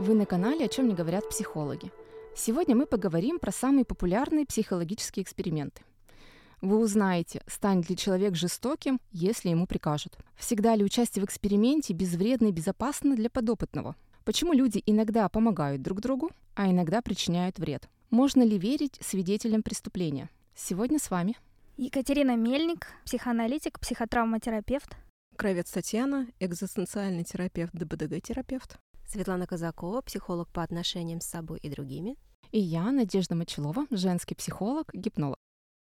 Вы на канале «О чем не говорят психологи». Сегодня мы поговорим про самые популярные психологические эксперименты. Вы узнаете, станет ли человек жестоким, если ему прикажут. Всегда ли участие в эксперименте безвредно и безопасно для подопытного? Почему люди иногда помогают друг другу, а иногда причиняют вред? Можно ли верить свидетелям преступления? Сегодня с вами Екатерина Мельник, психоаналитик, психотравматерапевт. Кравец Татьяна, экзистенциальный терапевт, ДБДГ-терапевт. Светлана Казакова, психолог по отношениям с собой и другими. и я, Надежда Мочелова, женский психолог, гипнолог.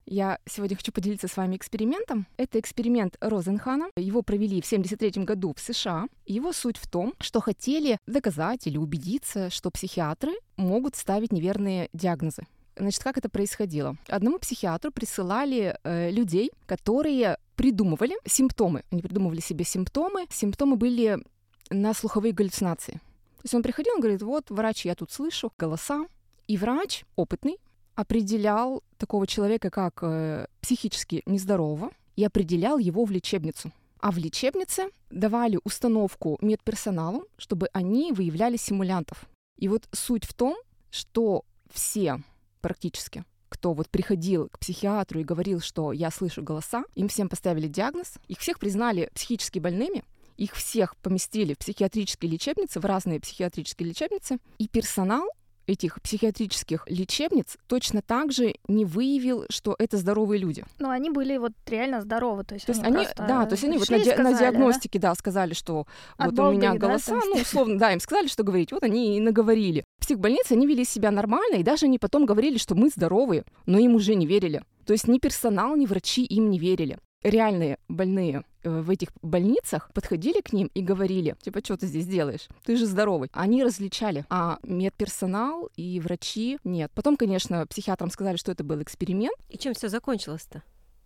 Я сегодня хочу поделиться с вами экспериментом. Это эксперимент Розенхана. Его провели в 1973 году в США. Его суть в том, что хотели доказать или убедиться, что психиатры могут ставить неверные диагнозы. Значит, как это происходило? Одному психиатру присылали людей, которые придумывали симптомы. Они придумывали себе симптомы. Симптомы были на слуховые галлюцинации. То есть он приходил, он говорит, вот, врач, я тут слышу голоса. И врач, опытный, определял такого человека как психически нездорового и определял его в лечебницу. А в лечебнице давали установку медперсоналу, чтобы они выявляли симулянтов. И вот суть в том, что все практически, кто вот приходил к психиатру и говорил, что я слышу голоса, им всем поставили диагноз, их всех признали психически больными, их всех поместили в психиатрические лечебницы, в разные психиатрические лечебницы, и персонал этих психиатрических лечебниц точно так же не выявил, что это здоровые люди. Но они были вот реально здоровы, то есть они вот на диагностике, да, сказали, что вот у меня голоса, условно, да, им сказали, что говорить, вот они и наговорили. В психбольнице они вели себя нормально, и даже они потом говорили, что мы здоровые, но им уже не верили. То есть ни персонал, ни врачи им не верили. Реальные больные в этих больницах подходили к ним и говорили, типа, что ты здесь делаешь? Ты же здоровый. Они различали, а медперсонал и врачи нет. Потом, конечно, психиатрам сказали, что это был эксперимент. И чем все закончилось-то?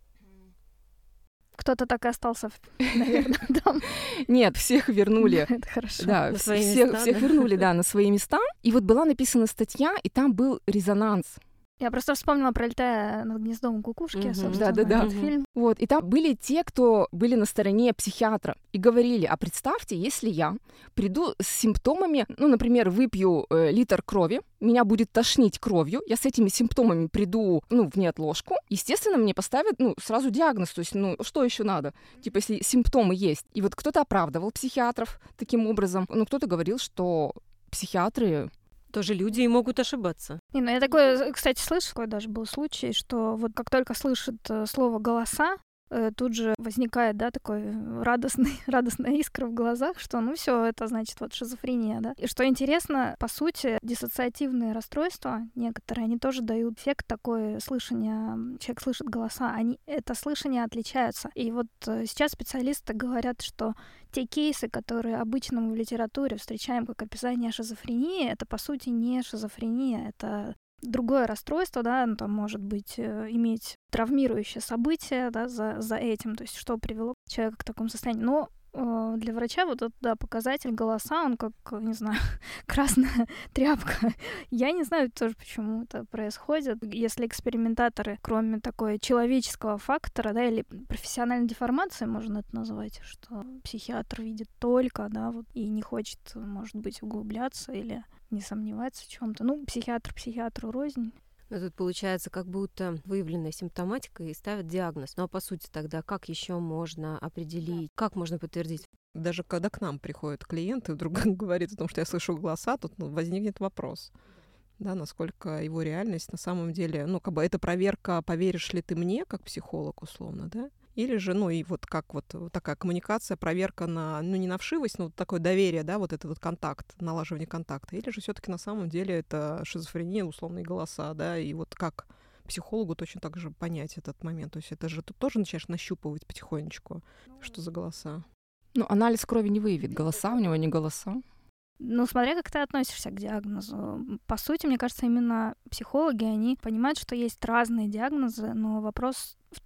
Кто-то так и остался, наверное, там. Нет, всех вернули. Это хорошо. Да, всех вернули, да, на свои места. И вот была написана статья, и там был резонанс. Я просто вспомнила, пролетая над гнездом кукушки, собственно, этот фильм. Вот, и там были те, кто были на стороне психиатра и говорили, а представьте, если я приду с симптомами, например, выпью литр крови, меня будет тошнить кровью, я с этими симптомами приду, в неотложку, естественно, мне поставят, сразу диагноз, то есть, что еще надо? Типа, если симптомы есть. И вот кто-то оправдывал психиатров таким образом, кто-то говорил, что психиатры... Тоже люди и могут ошибаться. Я такое, кстати, слышу, такой даже был случай, что вот как только слышат слово «голоса», тут же возникает, да, такой радостная искра в глазах, что, всё, это значит вот шизофрения, да. И что интересно, по сути, диссоциативные расстройства некоторые, они тоже дают эффект такое слышание, человек слышит голоса, это слышание отличаются. И вот сейчас специалисты говорят, что те кейсы, которые обычно мы в литературе встречаем как описание шизофрении, это, по сути, не шизофрения, это другое расстройство, да, там может быть иметь травмирующее событие, да, за этим, то есть что привело человека к такому состоянию. Но для врача вот этот, да, показатель голоса, он как, не знаю, красная тряпка. Я не знаю тоже, почему это происходит. Если экспериментаторы, кроме такой человеческого фактора, да, или профессиональной деформации, можно это назвать, что психиатр видит только, да, вот, и не хочет, может быть, углубляться или не сомневаться в чем-то. Психиатр психиатру рознь. Но тут получается как будто выявленная симптоматика и ставят диагноз. Но по сути тогда как еще можно определить, как можно подтвердить? Даже когда к нам приходят клиенты и вдруг говорит о том, что я слышу голоса, тут возникнет вопрос, да, насколько его реальность на самом деле, это проверка, поверишь ли ты мне, как психолог, условно, да? Или же, и вот как вот такая коммуникация, проверка на, не на вшивость, но вот такое доверие, да, вот этот вот контакт, налаживание контакта. Или же все-таки на самом деле это шизофрения, условные голоса, да, и вот как психологу точно так же понять этот момент. То есть это же ты тоже начинаешь нащупывать потихонечку, что за голоса. Анализ крови не выявит, голоса у него не голоса. Смотря как ты относишься к диагнозу. По сути, мне кажется, именно психологи, они понимают, что есть разные диагнозы, но вопрос в том,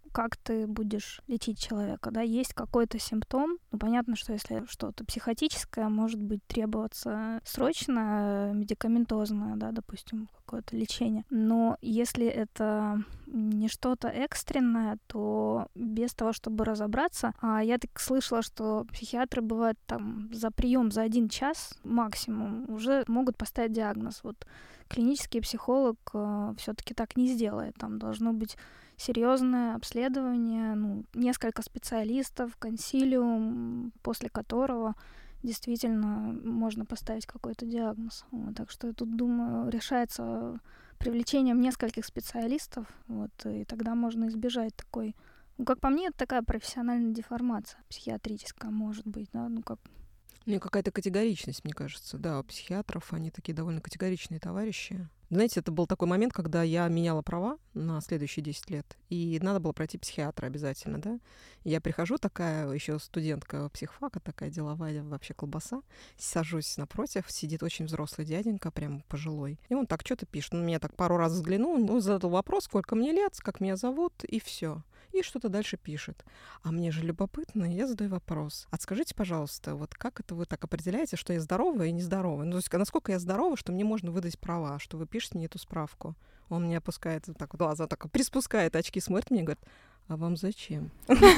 как ты будешь лечить человека, да, есть какой-то симптом, ну, понятно, что если что-то психотическое, может быть, требоваться срочно медикаментозное, да, допустим, какое-то лечение, но если это не что-то экстренное, то без того, чтобы разобраться, я так слышала, что психиатры бывают там за прием за 1 час максимум уже могут поставить диагноз. Вот клинический психолог все-таки так не сделает, там должно быть серьезное обследование, несколько специалистов, консилиум, после которого действительно можно поставить какой-то диагноз. Вот, так что я тут думаю, решается привлечением нескольких специалистов, вот, и тогда можно избежать такой, как по мне, это такая профессиональная деформация психиатрическая, может быть, да, какая-то категоричность, мне кажется, да, у психиатров, они такие довольно категоричные товарищи. Знаете, это был такой момент, когда я меняла права на следующие 10 лет, и надо было пройти психиатра обязательно, да. Я прихожу, такая еще студентка психфака, такая деловая вообще колбаса, сажусь напротив, сидит очень взрослый дяденька, прям пожилой, и он так что-то пишет. Он меня так пару раз взглянул, задал вопрос, сколько мне лет, как меня зовут, и все. И что-то дальше пишет. А мне же любопытно, и я задаю вопрос. А скажите, пожалуйста, вот как это вы так определяете, что я здоровая и нездоровая? Ну, то есть насколько я здорова, что мне можно выдать права, что вы пишете мне эту справку? Он мне опускает вот так глаза, так приспускает очки, смотрит мне и говорит: а вам зачем?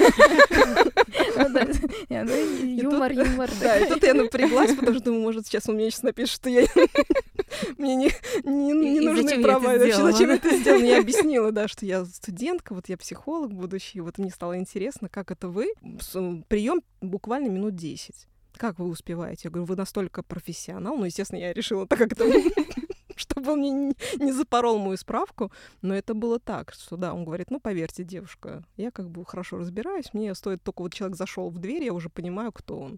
Юмор. Да, и тут я напряглась, потому что думаю, может, сейчас он мне сейчас напишет, что я... Мне не нужны права. Зачем я это сделала? Я объяснила, да, что я студентка, вот я психолог будущий, вот мне стало интересно, как это вы. Прием буквально минут 10. Как вы успеваете? Я говорю, вы настолько профессионал. Ну, естественно, я решила так, как это... чтобы он мне не запорол мою справку, но это было так, что да, он говорит, поверьте, девушка, я как бы хорошо разбираюсь, мне стоит только вот человек зашел в дверь, я уже понимаю, кто он.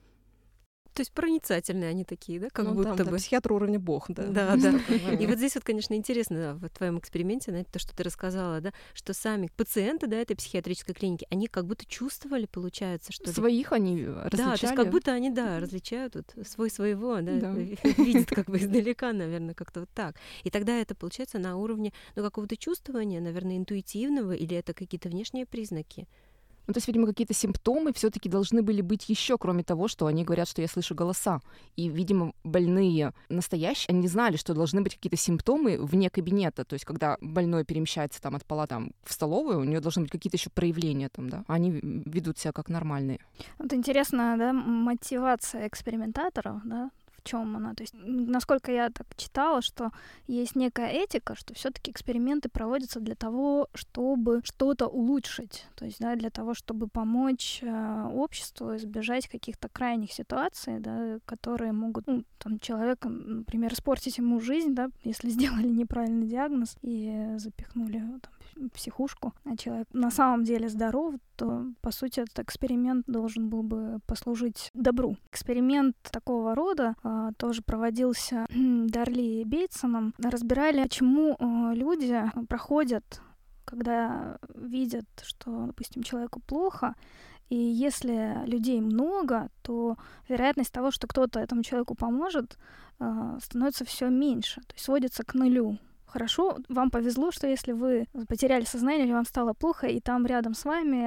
То есть проницательные они такие, да, как будто там, бы. Да, психиатр уровня бог, да. Да. И вот здесь вот, конечно, интересно в твоем эксперименте, то, что ты рассказала, да, что сами пациенты, да, этой психиатрической клиники, они как будто чувствовали, получается, что ли? Своих они различали. Да, то есть как будто они, да, различают вот свой своего, да, видят как бы издалека, наверное, как-то вот так. И тогда это получается на уровне, какого-то чувствования, наверное, интуитивного, или это какие-то внешние признаки? То есть, видимо, какие-то симптомы все-таки должны были быть еще, кроме того, что они говорят, что я слышу голоса. И, видимо, больные настоящие, они знали, что должны быть какие-то симптомы вне кабинета. То есть, когда больной перемещается там от пола в столовую, у нее должны быть какие-то еще проявления там, да. Они ведут себя как нормальные. Вот интересно, да, мотивация экспериментаторов, да, в чем она. То есть, насколько я так читала, что есть некая этика, что все-таки эксперименты проводятся для того, чтобы что-то улучшить. То есть, да, для того, чтобы помочь обществу избежать каких-то крайних ситуаций, да, которые могут, человека, например, испортить ему жизнь, да, если сделали неправильный диагноз и запихнули в психушку, а человек на самом деле здоров, то, по сути, этот эксперимент должен был бы послужить добру. Эксперимент такого рода тоже проводился Дарли Бейтсоном. Разбирали, почему люди проходят, когда видят, что, допустим, человеку плохо, и если людей много, то вероятность того, что кто-то этому человеку поможет, становится все меньше, то есть сводится к нулю. Хорошо, вам повезло, что если вы потеряли сознание или вам стало плохо, и там рядом с вами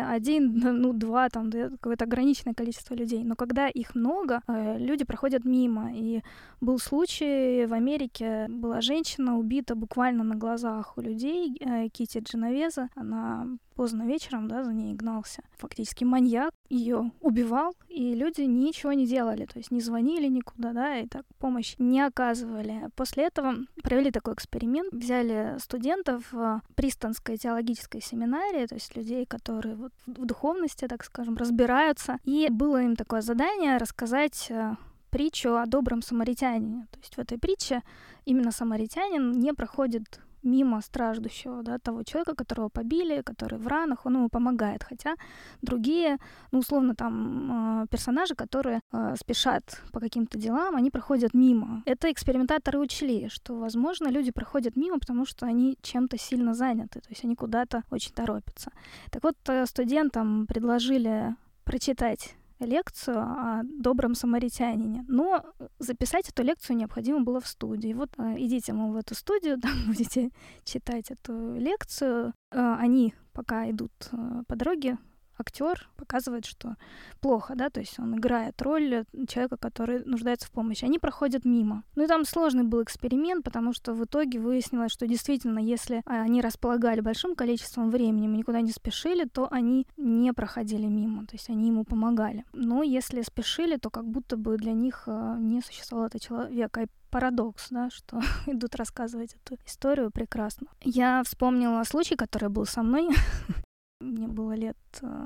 1, 2, там какое-то ограниченное количество людей. Но когда их много, люди проходят мимо. И был случай в Америке, была женщина убита буквально на глазах у людей, Кити Дженовеза. Она поздно вечером, да, за ней гнался фактически маньяк, ее убивал, и люди ничего не делали, то есть не звонили никуда, да, и так помощь не оказывали. После этого провели такой эксперимент, взяли студентов в Пристонской теологической семинарии, то есть людей, которые вот в духовности, так скажем, разбираются, и было им такое задание рассказать притчу о добром самаритянине. То есть в этой притче именно самаритянин не проходит мимо страждущего, да, того человека, которого побили, который в ранах, он ему помогает. Хотя другие, условно, там персонажи, которые спешат по каким-то делам, они проходят мимо. Это экспериментаторы учли, что, возможно, люди проходят мимо, потому что они чем-то сильно заняты, то есть они куда-то очень торопятся. Так вот, студентам предложили прочитать лекцию о добром самаритянине. Но записать эту лекцию необходимо было в студии. Вот идите, мол, в эту студию, там будете читать эту лекцию. Они пока идут по дороге, актер показывает, что плохо, да, то есть он играет роль человека, который нуждается в помощи. Они проходят мимо. Ну и там сложный был эксперимент, потому что в итоге выяснилось, что действительно, если они располагали большим количеством времени, мы никуда не спешили, то они не проходили мимо, то есть они ему помогали. Но если спешили, то как будто бы для них не существовало этого человека. И парадокс, да, что идут рассказывать эту историю прекрасно. Я вспомнила случай, который был со мной. Мне было лет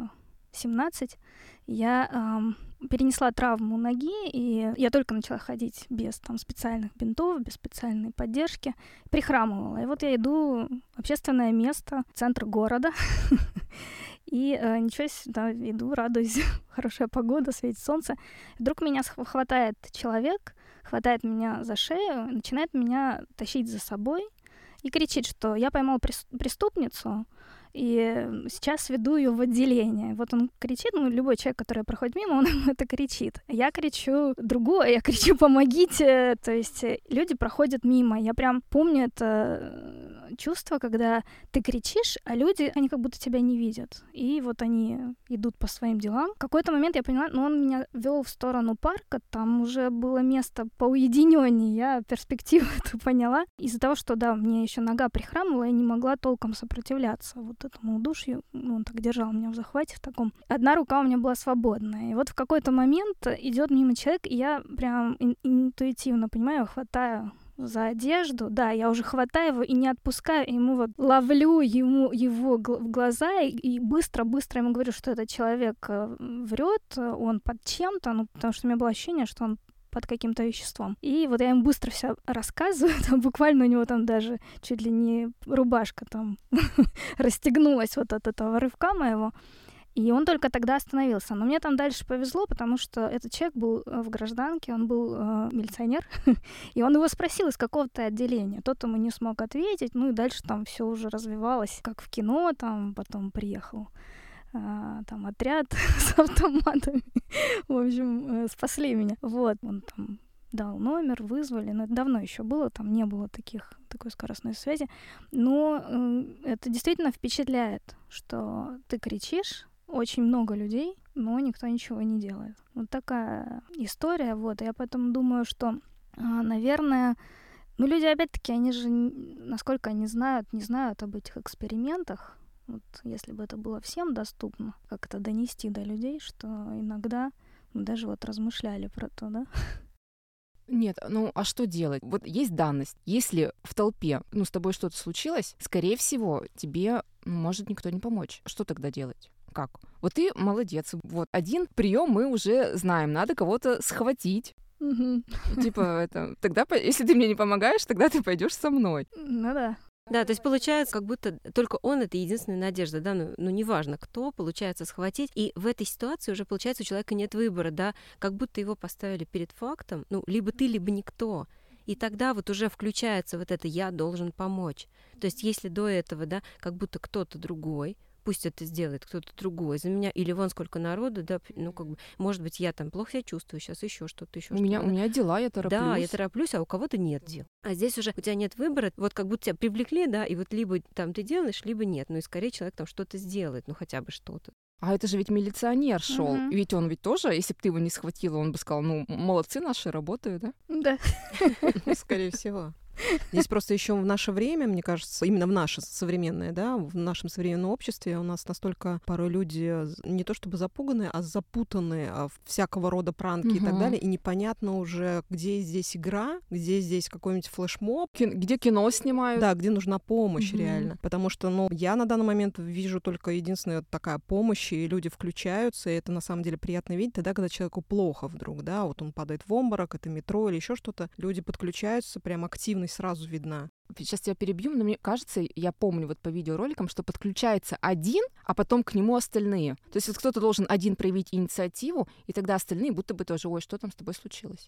17. Я перенесла травму ноги, и я только начала ходить без там специальных бинтов, без специальной поддержки, прихрамывала. И вот я иду в общественное место, центр города, и ничего себе, да, иду, радуюсь, хорошая погода, светит солнце. Вдруг меня хватает человек, хватает меня за шею, начинает меня тащить за собой и кричит, что я поймал преступницу, и сейчас веду ее в отделение. Вот он кричит, ну, любой человек, который проходит мимо, он это кричит. Я кричу другое, я кричу «помогите!» То есть люди проходят мимо. Я прям помню это чувство, когда ты кричишь, а люди, они как будто тебя не видят. И вот они идут по своим делам. В какой-то момент я поняла, ну, он меня вел в сторону парка, там уже было место поуединённее, я перспективу эту поняла. Из-за того, что, да, мне еще нога прихрамывала, я не могла толком сопротивляться вот этому удушью. Ну, он так держал меня в захвате в таком. Одна рука у меня была свободная. И вот в какой-то момент идет мимо человек, и я прям интуитивно понимаю, хватаю за одежду, да, я уже хватаю его и не отпускаю, ему вот ловлю его в глаза и быстро-быстро ему говорю, что этот человек врет, он под чем-то, ну, потому что у меня было ощущение, что он под каким-то веществом. И вот я ему быстро все рассказываю, там буквально у него там даже чуть ли не рубашка там расстегнулась вот от этого рывка моего. И он только тогда остановился. Но мне там дальше повезло, потому что этот человек был в гражданке, он был милиционер, и он его спросил, из какого ты отделения. Тот ему не смог ответить, ну и дальше там все уже развивалось, как в кино, там потом приехал там отряд с автоматами. В общем, спасли меня. Вот, он там дал номер, вызвали, но это давно еще было, там не было такой скоростной связи. Но это действительно впечатляет, что ты кричишь, очень много людей, но никто ничего не делает. Вот такая история, вот. Я поэтому думаю, что, наверное, ну, люди, опять-таки, они же, насколько они знают, не знают об этих экспериментах. Вот если бы это было всем доступно, как это донести до людей, что иногда мы даже вот размышляли про то, да? Нет, ну а что делать? Вот есть данность. Если в толпе, ну, с тобой что-то случилось, скорее всего, тебе может никто не помочь. Что тогда делать? Как? Вот ты молодец. Вот один прием мы уже знаем. Надо кого-то схватить. Типа это. Тогда, если ты мне не помогаешь, тогда ты пойдешь со мной. Ну да. Да, то есть получается, как будто только он — это единственная надежда, да, ну неважно кто, получается схватить, и в этой ситуации уже, получается, у человека нет выбора, да, как будто его поставили перед фактом, ну, либо ты, либо никто, и тогда вот уже включается вот это «я должен помочь». То есть если до этого, да, как будто кто-то другой, пусть это сделает кто-то другой за меня, или вон сколько народу, да, ну, как бы, может быть, я там плохо себя чувствую, сейчас еще что-то. У меня дела, я тороплюсь. Да, я тороплюсь, а у кого-то нет дел. А здесь уже у тебя нет выбора, вот как будто тебя привлекли, да, и вот либо там ты делаешь, либо нет, ну, и скорее человек там что-то сделает, ну, хотя бы что-то. А это же ведь милиционер шел, ведь он ведь тоже, если бы ты его не схватила, он бы сказал, ну, молодцы наши, работают, да? Да. Скорее всего. Здесь просто еще в наше время, мне кажется, именно в наше современное, да, в нашем современном обществе у нас настолько порой люди не то чтобы запуганные, а запутанные в всякого рода пранки и так далее, и непонятно уже, где здесь игра, где здесь какой-нибудь флешмоб. Где кино снимают. Да, где нужна помощь реально. Потому что, ну, я на данный момент вижу только единственная такая помощь, и люди включаются, и это на самом деле приятно видеть тогда, когда человеку плохо вдруг, да, вот он падает в обморок, это метро или еще что-то, люди подключаются, прям активность сразу видна. Сейчас тебя перебью, но мне кажется, я помню вот по видеороликам, что подключается один, а потом к нему остальные. То есть вот кто-то должен один проявить инициативу, и тогда остальные будто бы тоже, ой, что там с тобой случилось?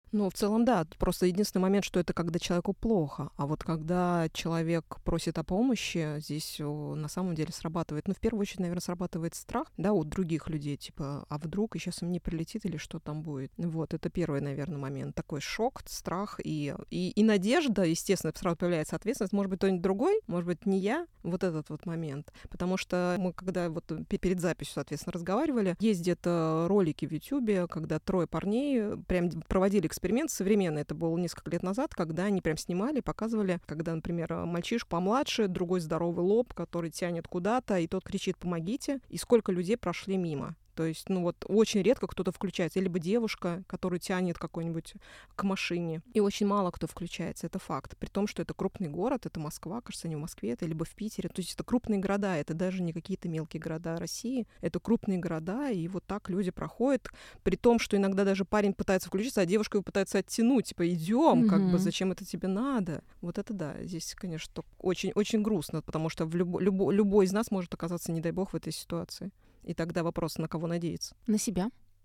Ну, в целом, да. Просто единственный момент, что это когда человеку плохо. А вот когда человек просит о помощи, здесь на самом деле срабатывает, ну, в первую очередь, наверное, срабатывает страх, да, у других людей, типа, а вдруг и сейчас им не прилетит или что там будет. Вот, это первый, наверное, момент. Такой шок, страх и надежда, естественно, сразу появляется ответственность. Может быть, кто-нибудь другой, может быть, не я. Вот этот вот момент. Потому что мы, когда вот перед записью, соответственно, разговаривали, есть где-то ролики в Ютубе, когда 3 парней прям проводили эксперимент современный, это было несколько лет назад, когда они прям снимали, показывали, когда, например, мальчишка помладше, другой здоровый лоб, который тянет куда-то, и тот кричит «помогите», и сколько людей прошли мимо. То есть, ну вот, очень редко кто-то включается. Либо девушка, которую тянет какой-нибудь к машине. И очень мало кто включается, это факт. При том, что это крупный город, это Москва, кажется, не в Москве, это либо в Питере. То есть это крупные города, это даже не какие-то мелкие города России. Это крупные города, и вот так люди проходят. При том, что иногда даже парень пытается включиться, а девушка его пытается оттянуть. Типа, идем, как бы, зачем это тебе надо? Вот это да, здесь, конечно, очень грустно, потому что любой из нас может оказаться, не дай бог, в этой ситуации. И тогда вопрос, на кого надеяться? На себя.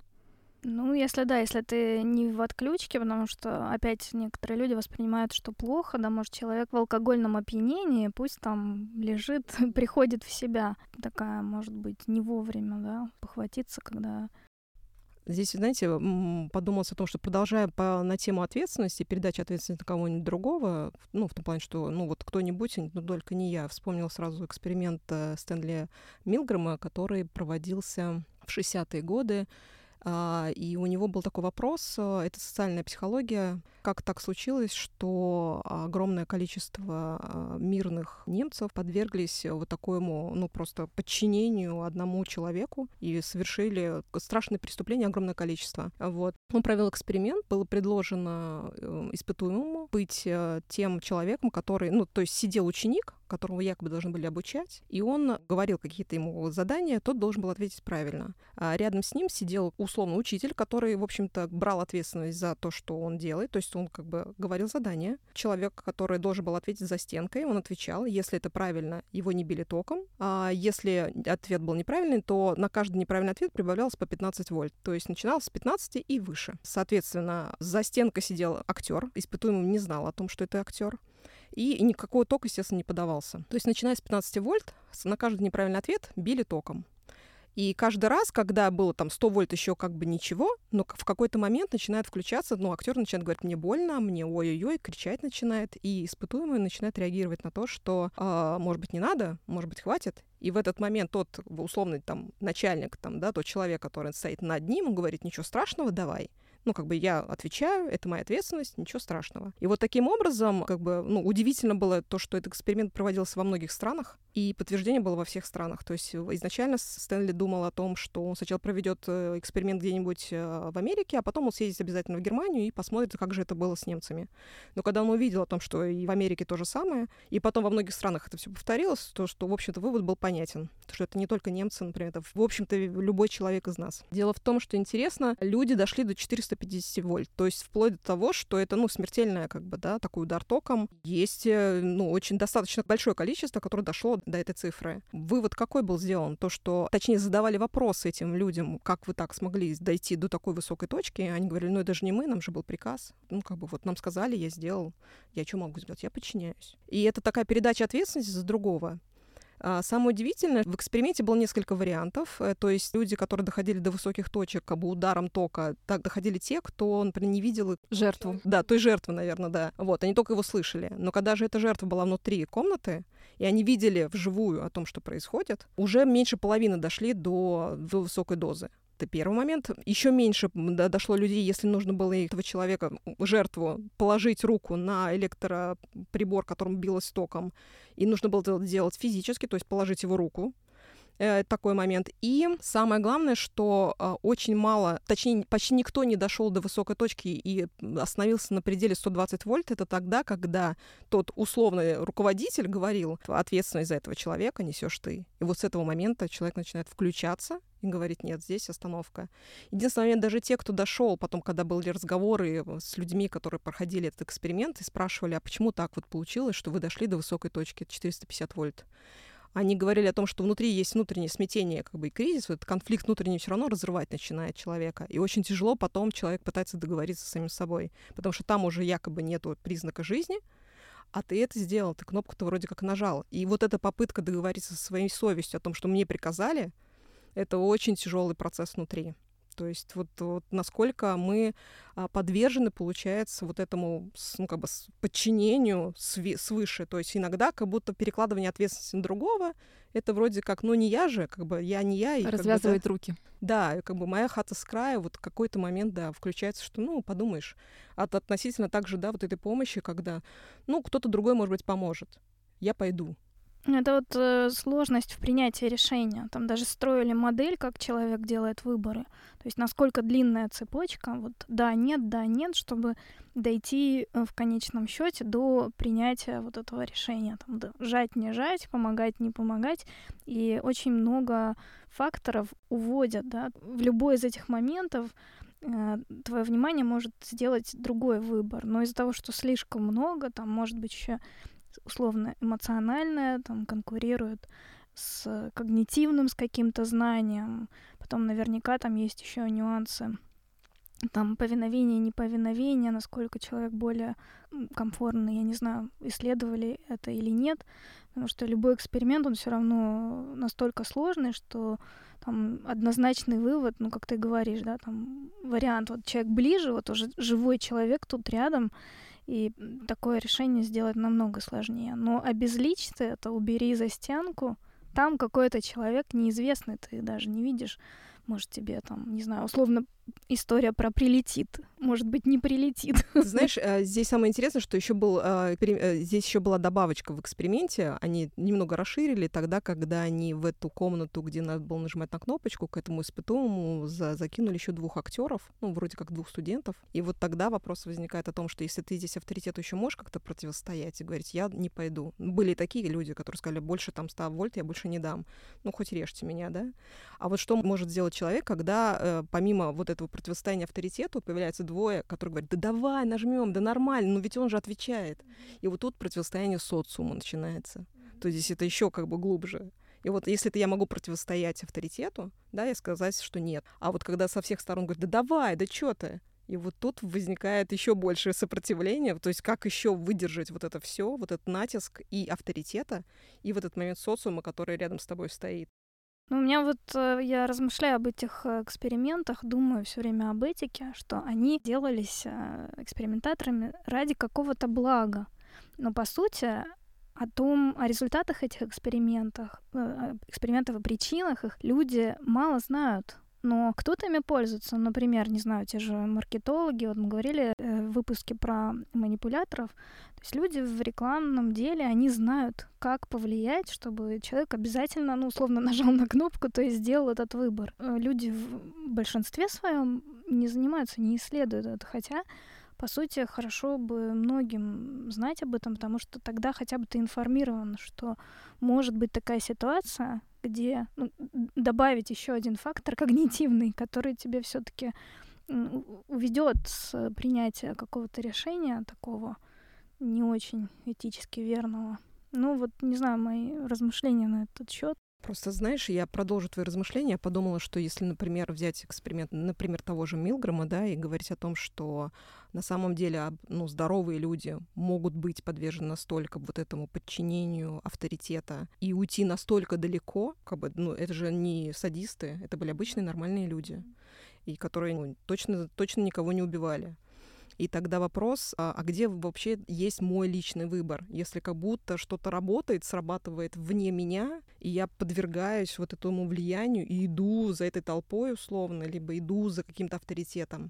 Ну, если ты не в отключке, потому что опять некоторые люди воспринимают, что плохо, да, может, человек в алкогольном опьянении, пусть там лежит, приходит в себя. Такая, может быть, не вовремя, да, похватиться, когда... Здесь, знаете, подумалось о том, что продолжая на тему ответственности, передачи ответственности на кого-нибудь другого, ну, в том плане, что, ну, вот кто-нибудь, но только не я, вспомнил сразу эксперимент Стэнли Милгрэма, который проводился в 60-е годы, и у него был такой вопрос, это социальная психология, как так случилось, что огромное количество мирных немцев подверглись вот такому, ну, просто подчинению одному человеку и совершили страшные преступления, огромное количество. Вот. Он провел эксперимент, было предложено испытуемому быть тем человеком, который, ну, то есть сидел ученик, которого якобы должны были обучать, и он говорил какие-то ему задания, тот должен был ответить правильно. А рядом с ним сидел условно учитель, который, в общем-то, брал ответственность за то, что он делает, то есть он как бы говорил задание. Человек, который должен был ответить за стенкой, он отвечал. Если это правильно, его не били током. А если ответ был неправильный, то на каждый неправильный ответ прибавлялось по 15 вольт. То есть начиналось с 15 и выше. Соответственно, за стенкой сидел актер. Испытуемый не знал о том, что это актер. И никакого тока, естественно, не подавался. То есть, начиная с 15 вольт, на каждый неправильный ответ били током. И каждый раз, когда было там 100 вольт, еще как бы ничего, но в какой-то момент начинает включаться, ну, актер начинает говорить, мне больно, мне ой-ой-ой, кричать начинает, и испытуемый начинает реагировать на то, что, может быть, не надо, может быть, хватит. И в этот момент тот условный там начальник, там, да, тот человек, который стоит над ним, он говорит, ничего страшного, давай. Ну, как бы я отвечаю, это моя ответственность, ничего страшного. И вот таким образом, как бы, ну, удивительно было то, что этот эксперимент проводился во многих странах, и подтверждение было во всех странах. То есть изначально Стэнли думал о том, что он сначала проведет эксперимент где-нибудь в Америке, а потом он съездит обязательно в Германию и посмотрит, как же это было с немцами. Но когда он увидел о том, что и в Америке то же самое, и потом во многих странах это все повторилось, то, что, в общем-то, вывод был понятен. Что это не только немцы, например, это, в общем-то, любой человек из нас. Дело в том, что интересно, люди дошли до 450 вольт, то есть вплоть до того, что это, ну, смертельное, как бы, да, такой удар током. Есть, ну, очень достаточно большое количество, которое дошло до этой цифры. Вывод какой был сделан? То, что, точнее, задавали вопросы этим людям, как вы так смогли дойти до такой высокой точки, они говорили, ну, это же не мы, нам же был приказ. Ну, как бы, вот нам сказали, я сделал, я что могу сделать? Я подчиняюсь. И это такая передача ответственности за другого. Самое удивительное, в эксперименте было несколько вариантов, то есть люди, которые доходили до высоких точек, как бы ударом тока, так доходили те, кто, например, не видел жертву. Да, той жертвы, наверное, да. Вот, они только его слышали. Но когда же эта жертва была внутри комнаты, и они видели вживую о том, что происходит, уже меньше половины дошли до высокой дозы. Это первый момент. Еще меньше дошло людей, если нужно было этого человека, жертву, положить руку на электроприбор, которым билось током, и нужно было это делать физически, то есть положить его руку. Такой момент. И самое главное, что очень мало, точнее, почти никто не дошел до высокой точки и остановился на пределе 120 вольт. Это тогда, когда тот условный руководитель говорил, ответственность за этого человека несешь ты. И вот с этого момента человек начинает включаться и говорит, нет, здесь остановка. Единственный момент, даже те, кто дошел, потом, когда были разговоры с людьми, которые проходили этот эксперимент, и спрашивали, а почему так вот получилось, что вы дошли до высокой точки, 450 вольт? Они говорили о том, что внутри есть внутреннее смятение, как бы и кризис, вот этот конфликт внутренний все равно разрывать начинает человека. И очень тяжело потом человек пытается договориться с самим собой, потому что там уже якобы нету признака жизни, а ты это сделал, ты кнопку-то вроде как нажал. И вот эта попытка договориться со своей совестью о том, что мне приказали, это очень тяжелый процесс внутри. То есть вот насколько мы подвержены, получается, вот этому подчинению свыше. То есть иногда как будто перекладывание ответственности на другого, это вроде как, не я же, как бы я не я. И развязывает руки. Да, как бы моя хата с края, вот какой-то момент, да, включается, что, подумаешь, относительно также, да, вот этой помощи, когда, кто-то другой, может быть, поможет. Я пойду. Это вот сложность в принятии решения. Там даже строили модель, как человек делает выборы. То есть насколько длинная цепочка, вот да, нет, чтобы дойти в конечном счете до принятия вот этого решения. Там, да, жать, не жать, помогать, не помогать. И очень много факторов уводят, да. В любой из этих моментов твое внимание может сделать другой выбор. Но из-за того, что слишком много, там может быть еще условно эмоциональное, там конкурирует с когнитивным, с каким-то знанием. Потом наверняка там есть еще нюансы. Там повиновение, неповиновение, насколько человек более комфортный, я не знаю, исследовали это или нет, потому что любой эксперимент, он все равно настолько сложный, что там однозначный вывод, как ты говоришь, да, там вариант, вот человек ближе, вот уже живой человек тут рядом, и такое решение сделать намного сложнее. Но обезличь ты это, убери за стенку, там какой-то человек неизвестный, ты даже не видишь, может, тебе там, не знаю, условно история про прилетит, может быть, не прилетит. Знаешь, здесь самое интересное, что здесь еще была добавочка в эксперименте. Они немного расширили тогда, когда они в эту комнату, где надо было нажимать на кнопочку, к этому испытуемому закинули еще 2 актеров, вроде как 2 студентов. И вот тогда вопрос возникает о том, что если ты здесь авторитету еще можешь как-то противостоять и говорить, я не пойду. Были такие люди, которые сказали, больше там 100 вольт я больше не дам. Хоть режьте меня, да? А вот что может сделать человек, когда помимо вот этого противостояния авторитету появляются 2, которые говорят, да давай, нажмем, да нормально, ведь он же отвечает. И вот тут противостояние социуму начинается. То есть здесь это еще как бы глубже. И вот если я могу противостоять авторитету, да, и сказать, что нет. А вот когда со всех сторон говорят, да давай, да чё ты? И вот тут возникает еще большее сопротивление, то есть как еще выдержать вот это все, вот этот натиск и авторитета, и в этот момент социума, который рядом с тобой стоит. У меня вот, я размышляю об этих экспериментах, думаю все время об этике, что они делались экспериментаторами ради какого-то блага. Но по сути о результатах этих экспериментов и причинах их люди мало знают. Но кто-то ими пользуется, например, не знаю, те же маркетологи, вот мы говорили в выпуске про манипуляторов, то есть люди в рекламном деле, они знают, как повлиять, чтобы человек обязательно, условно нажал на кнопку, то есть сделал этот выбор. Люди в большинстве своем не занимаются, не исследуют это, хотя, по сути, хорошо бы многим знать об этом, потому что тогда хотя бы ты информирован, что может быть такая ситуация, где добавить еще один фактор когнитивный, который тебе все-таки уведет с принятия какого-то решения такого не очень этически верного. Не знаю, мои размышления на этот счет. Просто, знаешь, я продолжу твои размышления. Я подумала, что если, например, взять эксперимент, например, того же Милгрэма, да, и говорить о том, что на самом деле, здоровые люди могут быть подвержены настолько вот этому подчинению авторитета и уйти настолько далеко, это же не садисты, это были обычные нормальные люди, и которые точно никого не убивали. И тогда вопрос, а где вообще есть мой личный выбор? Если как будто что-то работает, срабатывает вне меня, и я подвергаюсь вот этому влиянию и иду за этой толпой условно, либо иду за каким-то авторитетом.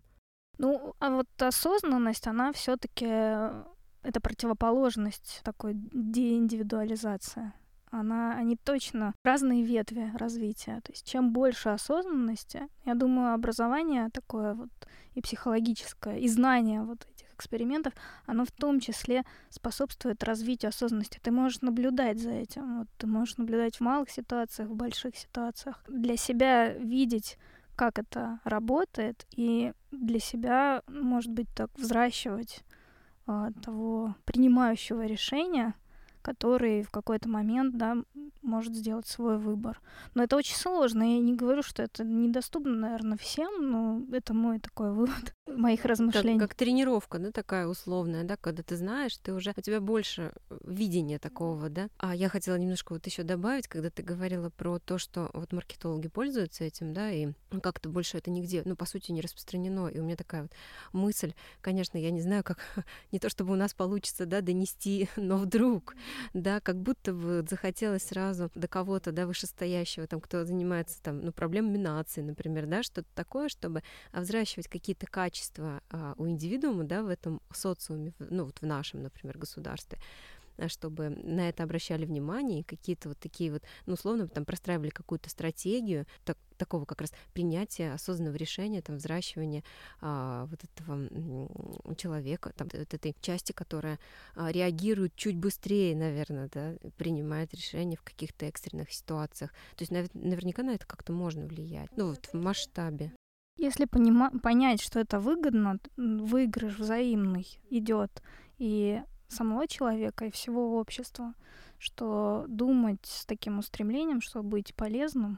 А вот осознанность, она все-таки это противоположность такой деиндивидуализации. Они точно разные ветви развития. То есть чем больше осознанности, я думаю, образование такое вот и психологическое, и знание вот этих экспериментов, оно в том числе способствует развитию осознанности. Ты можешь наблюдать за этим. Вот ты можешь наблюдать в малых ситуациях, в больших ситуациях. Для себя видеть, как это работает, и для себя, может быть, так взращивать того принимающего решения, который в какой-то момент, да, может сделать свой выбор. Но это очень сложно. Я не говорю, что это недоступно, наверное, всем, но это мой такой вывод моих размышлений. Как тренировка, да, такая условная, да, когда ты знаешь, ты уже у тебя больше видения такого, да. А я хотела немножко вот еще добавить, когда ты говорила про то, что вот маркетологи пользуются этим, да, и как-то больше это нигде, ну, по сути, не распространено. И у меня такая вот мысль, конечно, я не знаю, как не то чтобы у нас получится, да, донести, но вдруг, да, как будто бы захотелось сразу до кого-то, да, вышестоящего, там, кто занимается там, ну, проблемами нации, например, да, что-то такое, чтобы взращивать какие-то качества у индивидуума, да, в этом социуме, ну, вот в нашем, например, государстве, чтобы на это обращали внимание и какие-то вот такие вот, ну, условно, там, простраивали какую-то стратегию такого как раз принятия осознанного решения, там, взращивания вот этого человека, там, вот этой части, которая реагирует чуть быстрее, наверное, да, принимает решения в каких-то экстренных ситуациях. То есть наверняка на это как-то можно влиять, ну, вот в масштабе. Если понять, что это выгодно, выигрыш взаимный идет и самого человека, и всего общества, что думать с таким устремлением, чтобы быть полезным,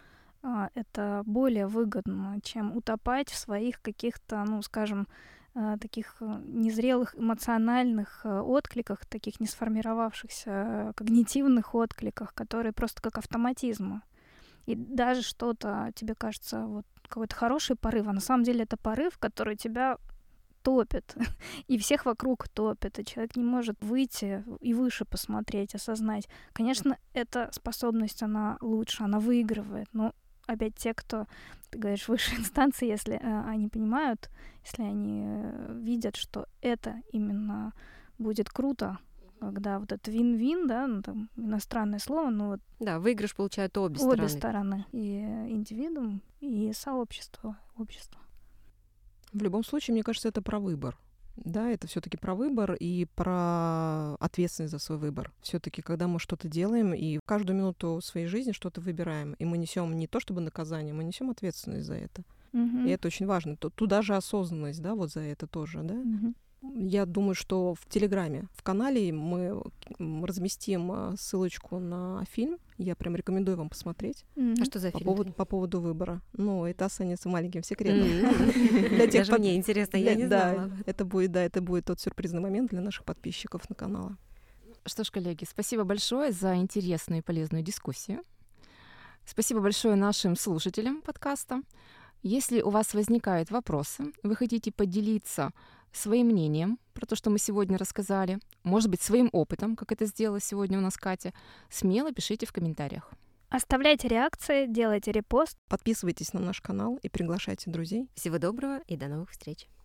это более выгодно, чем утопать в своих каких-то, ну, скажем, таких незрелых эмоциональных откликах, таких не сформировавшихся когнитивных откликах, которые просто как автоматизмы. И даже что-то тебе кажется вот какой-то хороший порыв, а на самом деле это порыв, который тебя топит, и всех вокруг топит, и человек не может выйти и выше посмотреть, осознать. Конечно, эта способность, она лучше, она выигрывает, но опять те, кто, ты говоришь, высшие инстанции, если они понимают, если они видят, что это именно будет круто, когда вот это вин-вин, да, ну там иностранное слово, но вот... Да, выигрыш получают обе стороны. И индивидуум, и сообщество, общество. В любом случае, мне кажется, это про выбор. Да, это все-таки про выбор и про ответственность за свой выбор. Все-таки, когда мы что-то делаем и каждую минуту своей жизни что-то выбираем, и мы несем не то чтобы наказание, мы несем ответственность за это. И это очень важно. Туда же осознанность, да, вот за это тоже, да. Я думаю, что в Телеграме, в канале мы разместим ссылочку на фильм. Я прям рекомендую вам посмотреть. А что за фильм? По поводу выбора. Ну, это останется маленьким секретом. Даже мне интересно, я не знала. Это будет тот сюрпризный момент для наших подписчиков на канале. Что ж, коллеги, спасибо большое за интересную и полезную дискуссию. Спасибо большое нашим слушателям подкаста. Если у вас возникают вопросы, вы хотите поделиться своим мнением про то, что мы сегодня рассказали, может быть, своим опытом, как это сделала сегодня у нас Катя, смело пишите в комментариях. Оставляйте реакции, делайте репост. Подписывайтесь на наш канал и приглашайте друзей. Всего доброго и до новых встреч.